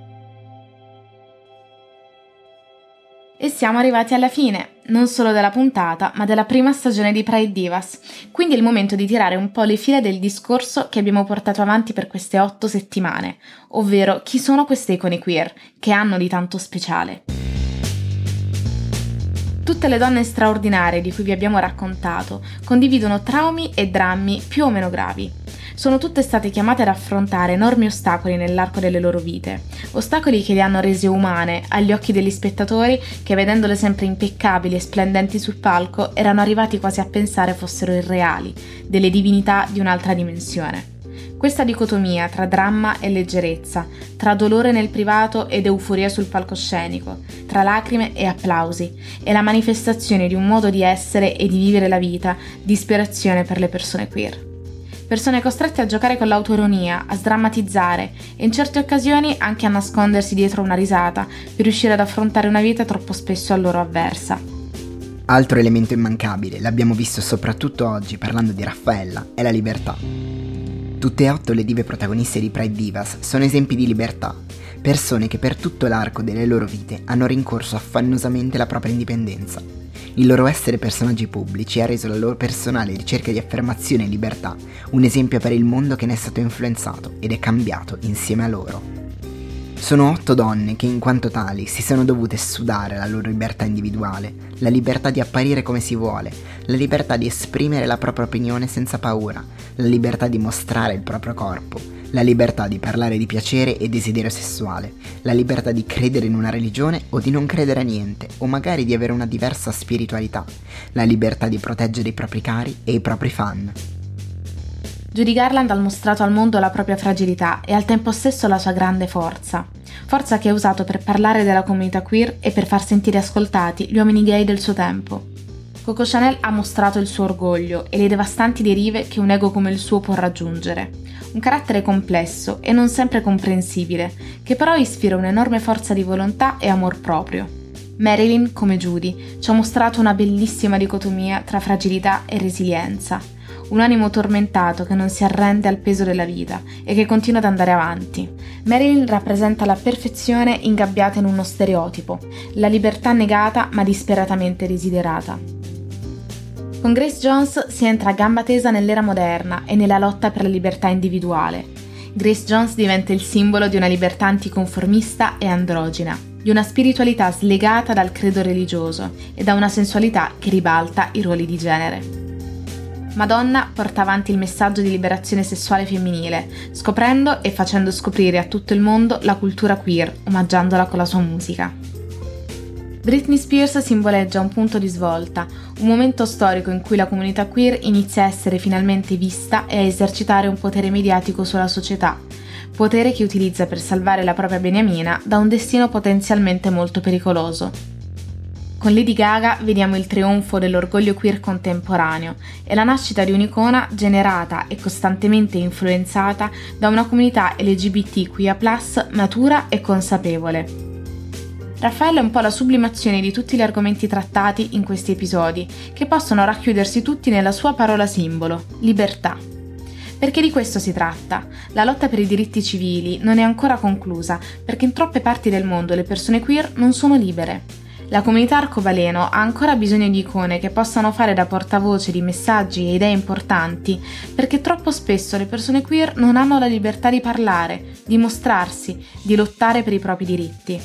E siamo arrivati alla fine, non solo della puntata, ma della prima stagione di Pride Divas, quindi è il momento di tirare un po' le fila del discorso che abbiamo portato avanti per queste 8 settimane, ovvero chi sono queste icone queer, che hanno di tanto speciale. Tutte le donne straordinarie di cui vi abbiamo raccontato condividono traumi e drammi più o meno gravi. Sono tutte state chiamate ad affrontare enormi ostacoli nell'arco delle loro vite, ostacoli che le hanno rese umane agli occhi degli spettatori che, vedendole sempre impeccabili e splendenti sul palco, erano arrivati quasi a pensare fossero irreali, delle divinità di un'altra dimensione. Questa dicotomia tra dramma e leggerezza, tra dolore nel privato ed euforia sul palcoscenico, tra lacrime e applausi, è la manifestazione di un modo di essere e di vivere la vita di ispirazione per le persone queer. Persone costrette a giocare con l'autoironia, a sdrammatizzare e in certe occasioni anche a nascondersi dietro una risata per riuscire ad affrontare una vita troppo spesso a loro avversa. Altro elemento immancabile, l'abbiamo visto soprattutto oggi parlando di Raffaella, è la libertà. Tutte e 8 le dive protagoniste di Pride Divas sono esempi di libertà, persone che per tutto l'arco delle loro vite hanno rincorso affannosamente la propria indipendenza. Il loro essere personaggi pubblici ha reso la loro personale ricerca di affermazione e libertà un esempio per il mondo che ne è stato influenzato ed è cambiato insieme a loro. Sono 8 donne che in quanto tali si sono dovute sudare la loro libertà individuale, la libertà di apparire come si vuole, la libertà di esprimere la propria opinione senza paura, la libertà di mostrare il proprio corpo, la libertà di parlare di piacere e desiderio sessuale, la libertà di credere in una religione o di non credere a niente, o magari di avere una diversa spiritualità, la libertà di proteggere i propri cari e i propri fan. Judy Garland ha mostrato al mondo la propria fragilità e al tempo stesso la sua grande forza che ha usato per parlare della comunità queer e per far sentire ascoltati gli uomini gay del suo tempo. Coco Chanel ha mostrato il suo orgoglio e le devastanti derive che un ego come il suo può raggiungere. Un carattere complesso e non sempre comprensibile, che però ispira un'enorme forza di volontà e amor proprio. Marilyn, come Judy, ci ha mostrato una bellissima dicotomia tra fragilità e resilienza. Un animo tormentato che non si arrende al peso della vita e che continua ad andare avanti. Marilyn rappresenta la perfezione ingabbiata in uno stereotipo, la libertà negata ma disperatamente desiderata. Con Grace Jones si entra a gamba tesa nell'era moderna e nella lotta per la libertà individuale. Grace Jones diventa il simbolo di una libertà anticonformista e androgina, di una spiritualità slegata dal credo religioso e da una sensualità che ribalta i ruoli di genere. Madonna porta avanti il messaggio di liberazione sessuale femminile, scoprendo e facendo scoprire a tutto il mondo la cultura queer, omaggiandola con la sua musica. Britney Spears simboleggia un punto di svolta, un momento storico in cui la comunità queer inizia a essere finalmente vista e a esercitare un potere mediatico sulla società, potere che utilizza per salvare la propria beniamina da un destino potenzialmente molto pericoloso. Con Lady Gaga vediamo il trionfo dell'orgoglio queer contemporaneo e la nascita di un'icona generata e costantemente influenzata da una comunità LGBTQIA+, matura e consapevole. Raffaella è un po' la sublimazione di tutti gli argomenti trattati in questi episodi, che possono racchiudersi tutti nella sua parola simbolo, libertà. Perché di questo si tratta. La lotta per i diritti civili non è ancora conclusa, perché in troppe parti del mondo le persone queer non sono libere. La comunità arcobaleno ha ancora bisogno di icone che possano fare da portavoce di messaggi e idee importanti, perché troppo spesso le persone queer non hanno la libertà di parlare, di mostrarsi, di lottare per i propri diritti.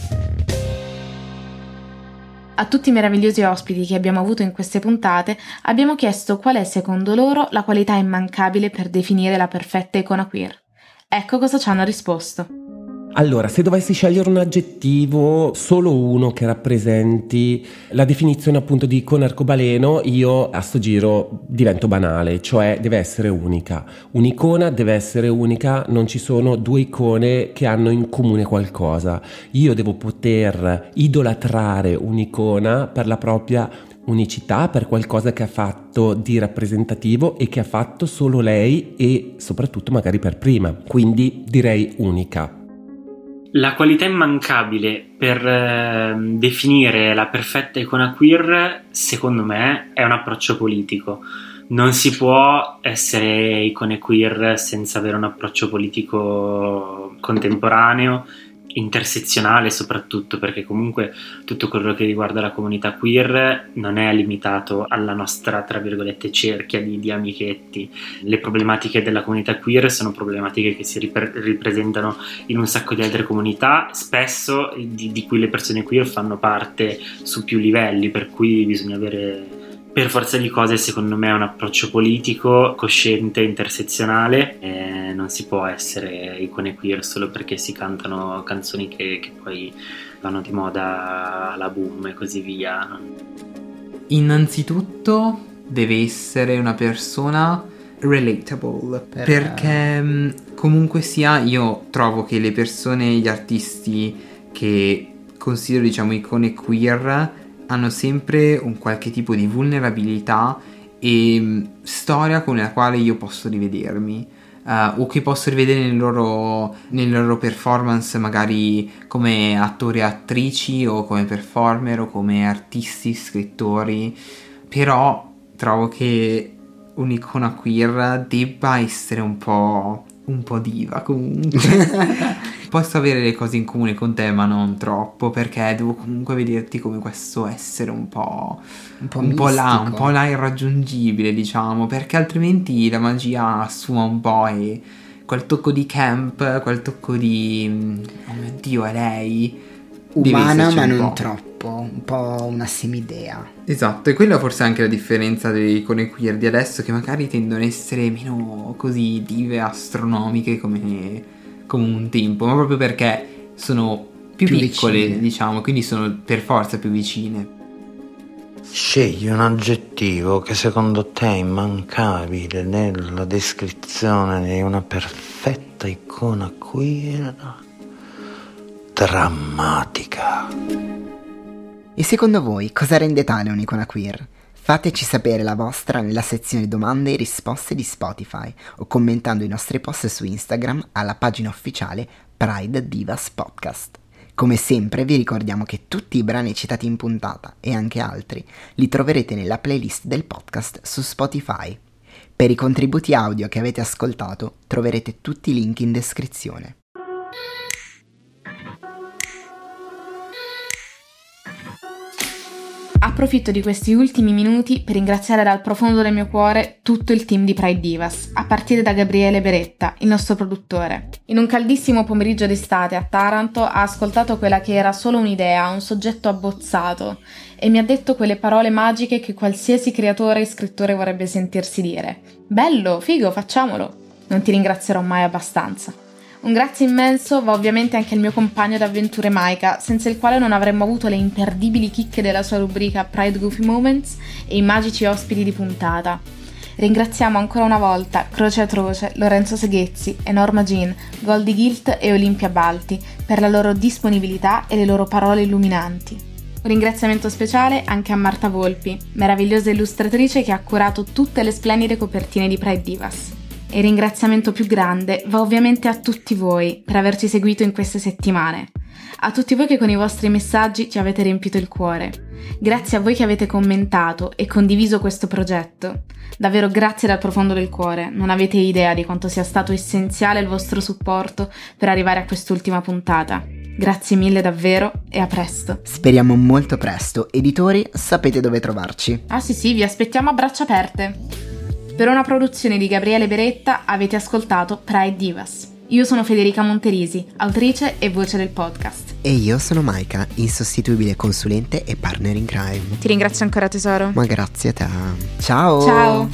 A tutti i meravigliosi ospiti che abbiamo avuto in queste puntate abbiamo chiesto qual è secondo loro la qualità immancabile per definire la perfetta icona queer. Ecco cosa ci hanno risposto. Allora, se dovessi scegliere un aggettivo, solo uno che rappresenti la definizione appunto di icona arcobaleno, io a sto giro divento banale, cioè deve essere unica. Un'icona deve essere unica, non ci sono due icone che hanno in comune qualcosa. Io devo poter idolatrare un'icona per la propria unicità, per qualcosa che ha fatto di rappresentativo e che ha fatto solo lei e soprattutto magari per prima, quindi direi unica. La qualità immancabile per definire la perfetta icona queer, secondo me, è un approccio politico. Non si può essere icone queer senza avere un approccio politico contemporaneo, intersezionale soprattutto, perché comunque tutto quello che riguarda la comunità queer non è limitato alla nostra, tra virgolette, cerchia di amichetti. Le problematiche della comunità queer sono problematiche che si ripresentano in un sacco di altre comunità, spesso di cui le persone queer fanno parte su più livelli, per cui bisogna avere per forza di cose, secondo me, un approccio politico, cosciente, intersezionale. Non si può essere icone queer solo perché si cantano canzoni che poi vanno di moda alla boom e così via. Innanzitutto deve essere una persona relatable, perché comunque sia, io trovo che le persone, gli artisti che considero diciamo icone queer hanno sempre un qualche tipo di vulnerabilità e storia con la quale io posso rivedermi, o che posso rivedere nelle loro performance, magari come attori e attrici o come performer o come artisti, scrittori. Però trovo che un'icona queer debba essere un po' diva comunque. Posso avere le cose in comune con te, ma non troppo, perché devo comunque vederti come questo essere un po' là irraggiungibile, diciamo, perché altrimenti la magia sfuma un po' e quel tocco di camp, quel tocco di oh mio Dio, è lei, umana ma non troppo, un po' una semidea. Esatto, e quella forse è anche la differenza delle icone queer di adesso, che magari tendono a essere meno così dive astronomiche come un tempo, ma proprio perché sono più piccole vicine, diciamo, quindi sono per forza più vicine. Scegli un aggettivo che secondo te è immancabile nella descrizione di una perfetta icona queer. Drammatica. E secondo voi cosa rende tale un'icona queer? Fateci sapere la vostra nella sezione domande e risposte di Spotify o commentando i nostri post su Instagram alla pagina ufficiale Pride Divas Podcast. Come sempre vi ricordiamo che tutti i brani citati in puntata e anche altri li troverete nella playlist del podcast su Spotify. Per i contributi audio che avete ascoltato troverete tutti i link in descrizione. Approfitto di questi ultimi minuti per ringraziare dal profondo del mio cuore tutto il team di Pride Divas, a partire da Gabriele Beretta, il nostro produttore. In un caldissimo pomeriggio d'estate a Taranto ha ascoltato quella che era solo un'idea, un soggetto abbozzato, e mi ha detto quelle parole magiche che qualsiasi creatore e scrittore vorrebbe sentirsi dire. Bello, figo, facciamolo! Non ti ringrazierò mai abbastanza. Un grazie immenso va ovviamente anche al mio compagno d'avventure Maika, senza il quale non avremmo avuto le imperdibili chicche della sua rubrica Pride Goofy Moments e i magici ospiti di puntata. Ringraziamo ancora una volta Croce Atroce, Lorenzo Seghezzi, Enorma Jean, Goldie Guilt e Olimpia Balti per la loro disponibilità e le loro parole illuminanti. Un ringraziamento speciale anche a Marta Volpi, meravigliosa illustratrice che ha curato tutte le splendide copertine di Pride Divas. E il ringraziamento più grande va ovviamente a tutti voi per averci seguito in queste settimane. A tutti voi che con i vostri messaggi ci avete riempito il cuore. Grazie a voi che avete commentato e condiviso questo progetto. Davvero grazie dal profondo del cuore, non avete idea di quanto sia stato essenziale il vostro supporto per arrivare a quest'ultima puntata. Grazie mille davvero e a presto. Speriamo molto presto. Editori, sapete dove trovarci. Ah sì, vi aspettiamo a braccia aperte. Per una produzione di Gabriele Beretta avete ascoltato Pride Divas. Io sono Federica Monterisi, autrice e voce del podcast. E io sono Maika, insostituibile consulente e partner in crime. Ti ringrazio ancora tesoro. Ma grazie a te. Ciao. Ciao.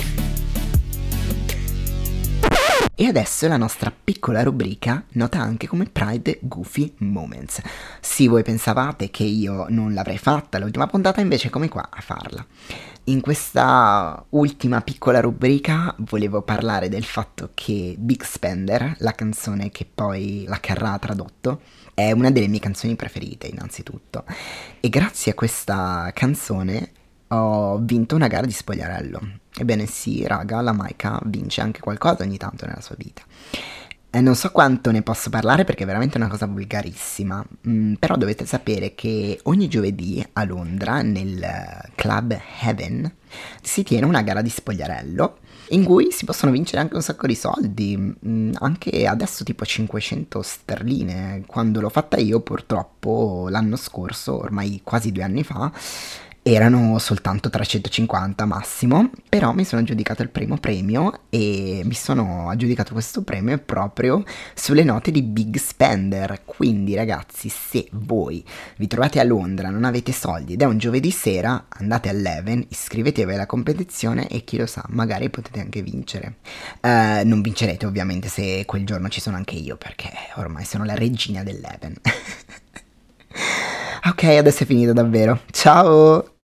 E adesso la nostra piccola rubrica nota anche come Pride Goofy Moments. Sì, voi pensavate che io non l'avrei fatta l'ultima puntata, invece eccomi qua a farla. In questa ultima piccola rubrica volevo parlare del fatto che Big Spender, la canzone che poi la Carrà ha tradotto, è una delle mie canzoni preferite innanzitutto. E grazie a questa canzone ho vinto una gara di spogliarello. Ebbene sì, raga, la Maika vince anche qualcosa ogni tanto nella sua vita. E non so quanto ne posso parlare perché è veramente una cosa volgarissima, però dovete sapere che ogni giovedì a Londra, nel Club Heaven, si tiene una gara di spogliarello in cui si possono vincere anche un sacco di soldi, anche adesso tipo 500 sterline. Quando l'ho fatta io, purtroppo, l'anno scorso, ormai quasi 2 anni fa, erano soltanto 350 massimo, però mi sono aggiudicato il primo premio e mi sono aggiudicato questo premio proprio sulle note di Big Spender. Quindi ragazzi, se voi vi trovate a Londra, non avete soldi ed è un giovedì sera, andate all'Even, iscrivetevi alla competizione e chi lo sa, magari potete anche vincere. Non vincerete ovviamente se quel giorno ci sono anche io, perché ormai sono la regina dell'Even. Ok, adesso è finito davvero. Ciao!